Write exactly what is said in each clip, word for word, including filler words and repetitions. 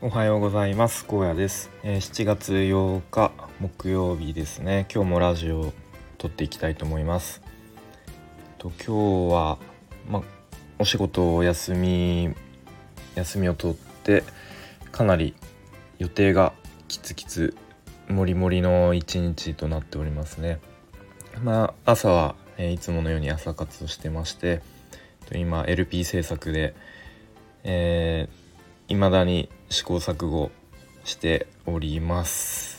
おはようございます。荒野です、えー、しちがつようか木曜日ですね。今日もラジオを撮っていきたいと思います。と今日は、ま、お仕事を休み休みを取ってかなり予定がキツキツモリモリの一日となっておりますね。まあ朝は、えー、いつものように朝活をしてまして、今 エルピー 制作で、えー未だに試行錯誤しております。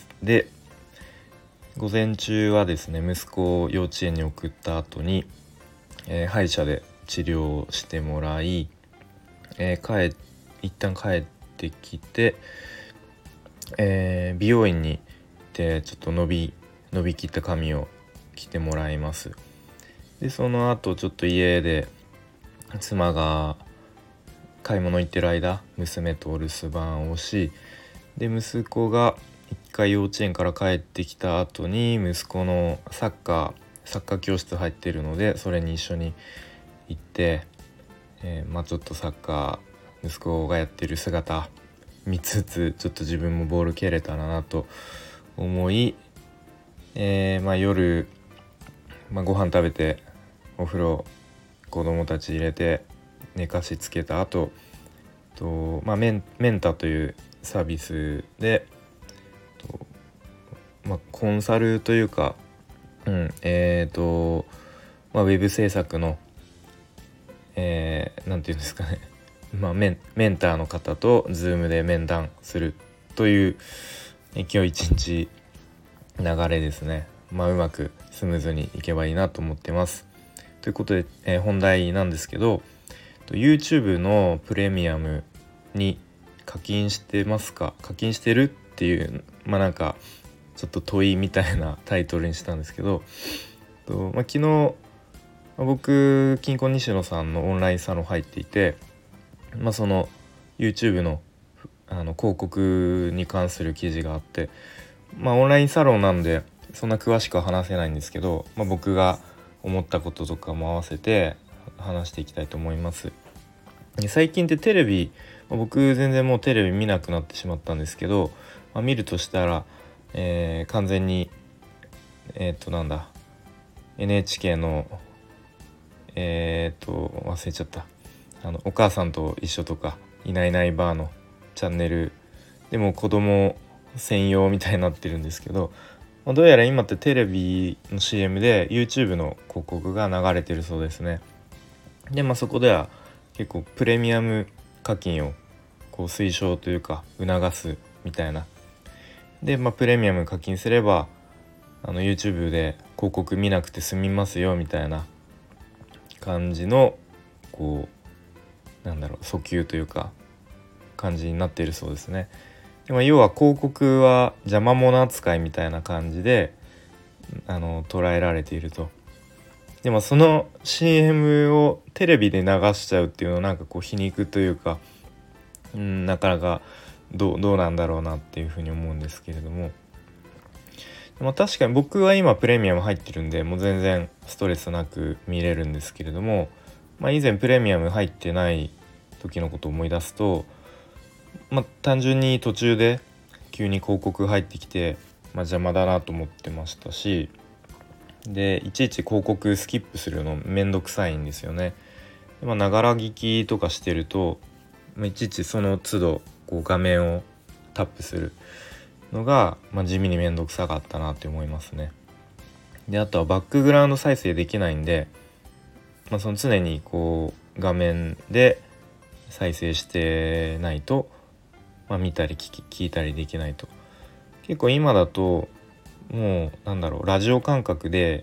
で、午前中はですね、息子を幼稚園に送った後に、えー、歯医者で治療をしてもらい、えー、帰一旦帰ってきて、えー、美容院に行ってちょっと伸び伸びきった髪を切ってもらいます。で、その後ちょっと家で妻が買い物行ってる間、娘とお留守番をし、で息子が一回幼稚園から帰ってきた後に息子のサッカーサッカー教室入ってるので、それに一緒に行って、えー、まあちょっとサッカー息子がやってる姿見つつ、ちょっと自分もボール蹴れたらなと思い、えー、まあ夜、まあ、ご飯食べてお風呂子供たち入れて寝かしつけた後と、まあ、メン、メンタというサービスでと、まあ、コンサルというか、うんえーとまあ、ウェブ制作の、えー、なんていうんですかね、まあ、メン、メンターの方と Zoom で面談するという今日一日流れですね。まあ、うまくスムーズにいけばいいなと思ってます。ということで、えー、本題なんですけど、YouTube のプレミアムに課金してますか？課金してるっていう、まあなんかちょっと問いみたいなタイトルにしたんですけど、と、まあ、昨日僕金婚西野さんのオンラインサロン入っていて、まあ、その YouTube のあの広告に関する記事があって、まあオンラインサロンなんでそんな詳しくは話せないんですけど、まあ、僕が思ったこととかも合わせて話していきたいと思います。最近ってテレビ、僕全然もうテレビ見なくなってしまったんですけど、まあ、見るとしたら、えー、完全にえっ、となんだ エヌエイチケー のえっ、と忘れちゃったあのお母さんと一緒とかいないいないばあのチャンネルでも子供専用みたいになってるんですけど、まあ、どうやら今ってテレビの シーエム で YouTube の広告が流れてるそうですね。でまあそこでは結構プレミアム課金をこう推奨というか促すみたいな。で、まあ、プレミアム課金すればあの YouTube で広告見なくて済みますよみたいな感じのこうなんだろう訴求というか感じになっているそうですね。で、まあ、要は広告は邪魔者扱いみたいな感じであの捉えられていると。でもその シーエム をテレビで流しちゃうっていうのはなんかこう皮肉というか、うん、なかなかどう、どうなんだろうなっていうふうに思うんですけれども、まあ、確かに僕は今プレミアム入ってるんでもう全然ストレスなく見れるんですけれども、まあ、以前プレミアム入ってない時のことを思い出すと、まあ、単純に途中で急に広告入ってきて、まあ、邪魔だなと思ってましたし、でいちいち広告スキップするのめんどくさいんですよね。ながら聞きとかしてるといちいちその都度こう画面をタップするのが、まあ、地味にめんどくさかったなって思いますね。であとはバックグラウンド再生できないんで、まあ、その常にこう画面で再生してないと、まあ、見たり聞き、聞いたりできないと。結構今だともうなんだろうラジオ感覚で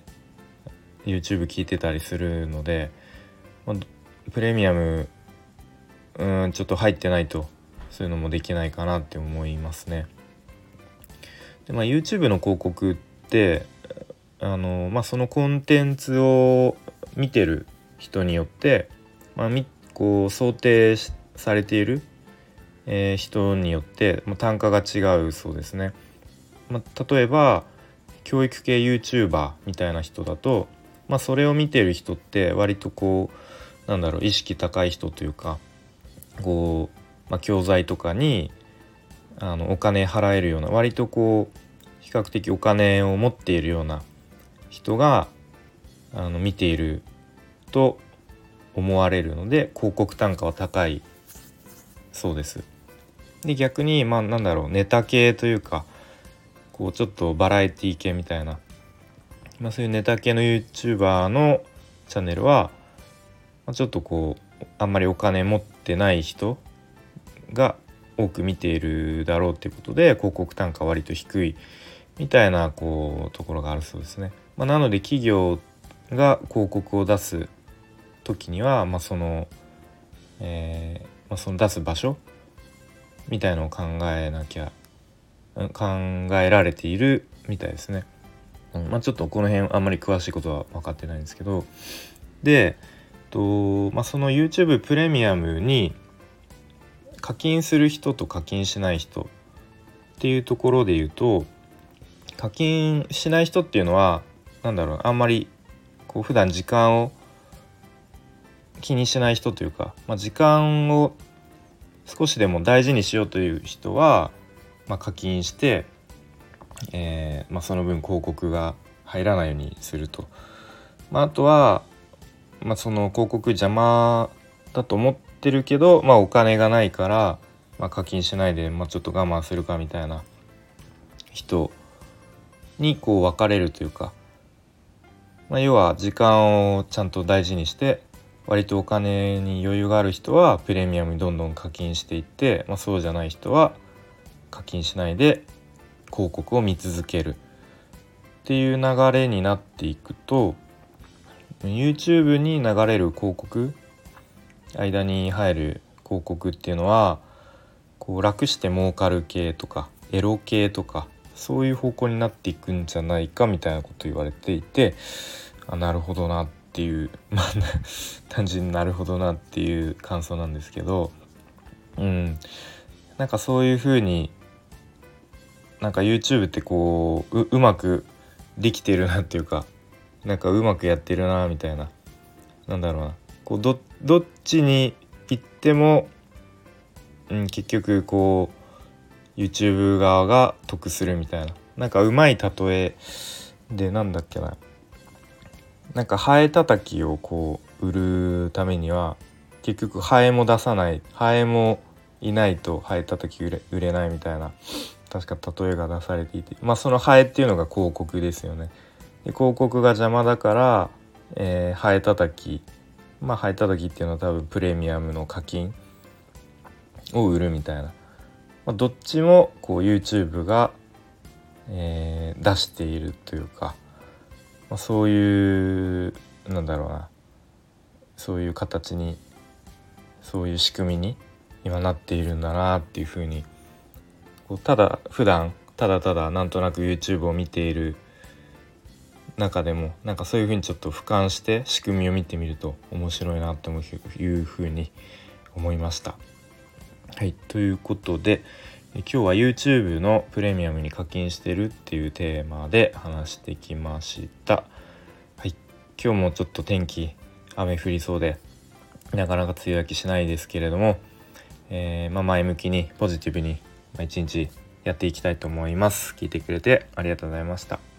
YouTube 聞いてたりするので、まあ、プレミアムうんちょっと入ってないとそういうのもできないかなって思いますね。で、まあ、YouTube の広告ってあの、まあ、そのコンテンツを見てる人によって、まあ、みこう想定されている、えー、人によって、まあ、単価が違うそうですね。まあ、例えば教育系 YouTuber みたいな人だと、まあ、それを見てる人って割とこうなんだろう意識高い人というかこう、まあ、教材とかにあのお金払えるような、割とこう比較的お金を持っているような人があの見ていると思われるので、広告単価は高いそうです。で逆にまあなんだろう、ネタ系というか、こうちょっとバラエティ系みたいな、まあ、そういうネタ系の YouTuber のチャンネルは、まあ、ちょっとこうあんまりお金持ってない人が多く見ているだろうっていうことで、広告単価割と低いみたいなこうところがあるそうですね。まあ、なので企業が広告を出す時には、まあそのえーまあ、その出す場所みたいのを考えなきゃ考えられているみたいですね。うんまあ、ちょっとこの辺あんまり詳しいことは分かってないんですけど、で、とまあ、その YouTube プレミアムに課金する人と課金しない人っていうところで言うと、課金しない人っていうのはなんだろう、あんまりこう普段時間を気にしない人というか、まあ、時間を少しでも大事にしようという人は、まあ、課金して、えーまあ、その分広告が入らないようにすると。まあ、あとは、まあ、その広告邪魔だと思ってるけど、まあ、お金がないから、まあ、課金しないで、まあ、ちょっと我慢するかみたいな人にこう分かれるというか、まあ、要は時間をちゃんと大事にして割とお金に余裕がある人はプレミアムにどんどん課金していって、まあ、そうじゃない人は課金しないで広告を見続けるっていう流れになっていくと、 YouTube に流れる広告、間に入る広告っていうのはこう楽して儲かる系とかエロ系とかそういう方向になっていくんじゃないかみたいなこと言われていて、あ、なるほどなっていう、まあ単純になるほどなっていう感想なんですけど、うんなんかそういう風になんか YouTube ってこう う, うまくできてるなっていうか、なんかうまくやってるなみたいな、なんだろうな、こう ど, どっちに行っても、うん、結局こう YouTube 側が得するみたいな、なんかうまい例えで、なんだっけな、なんかハエたたきをこう売るためには結局ハエも出さない、ハエもいないとハエたたき売れ、売れないみたいな確か例えが出されていて、まあそのハエっていうのが広告ですよね。で広告が邪魔だから、えー、ハエたたき、まあハエたたきっていうのは多分プレミアムの課金を売るみたいな、まあ、どっちもこう YouTube が、えー、出しているというか、まあ、そういうなんだろうな、そういう形に、そういう仕組みに今なっているんだなっていうふうに、こうただ普段ただただなんとなく YouTube を見ている中でも、なんかそういうふうにちょっと俯瞰して仕組みを見てみると面白いなっていうふうに思いました。はい、ということで今日は YouTube のプレミアムに課金してるっていうテーマで話してきました。はい、今日もちょっと天気雨降りそうでなかなか梅雨明けしないですけれども、えーまあ、前向きにポジティブに一日やっていきたいと思います。聞いてくれてありがとうございました。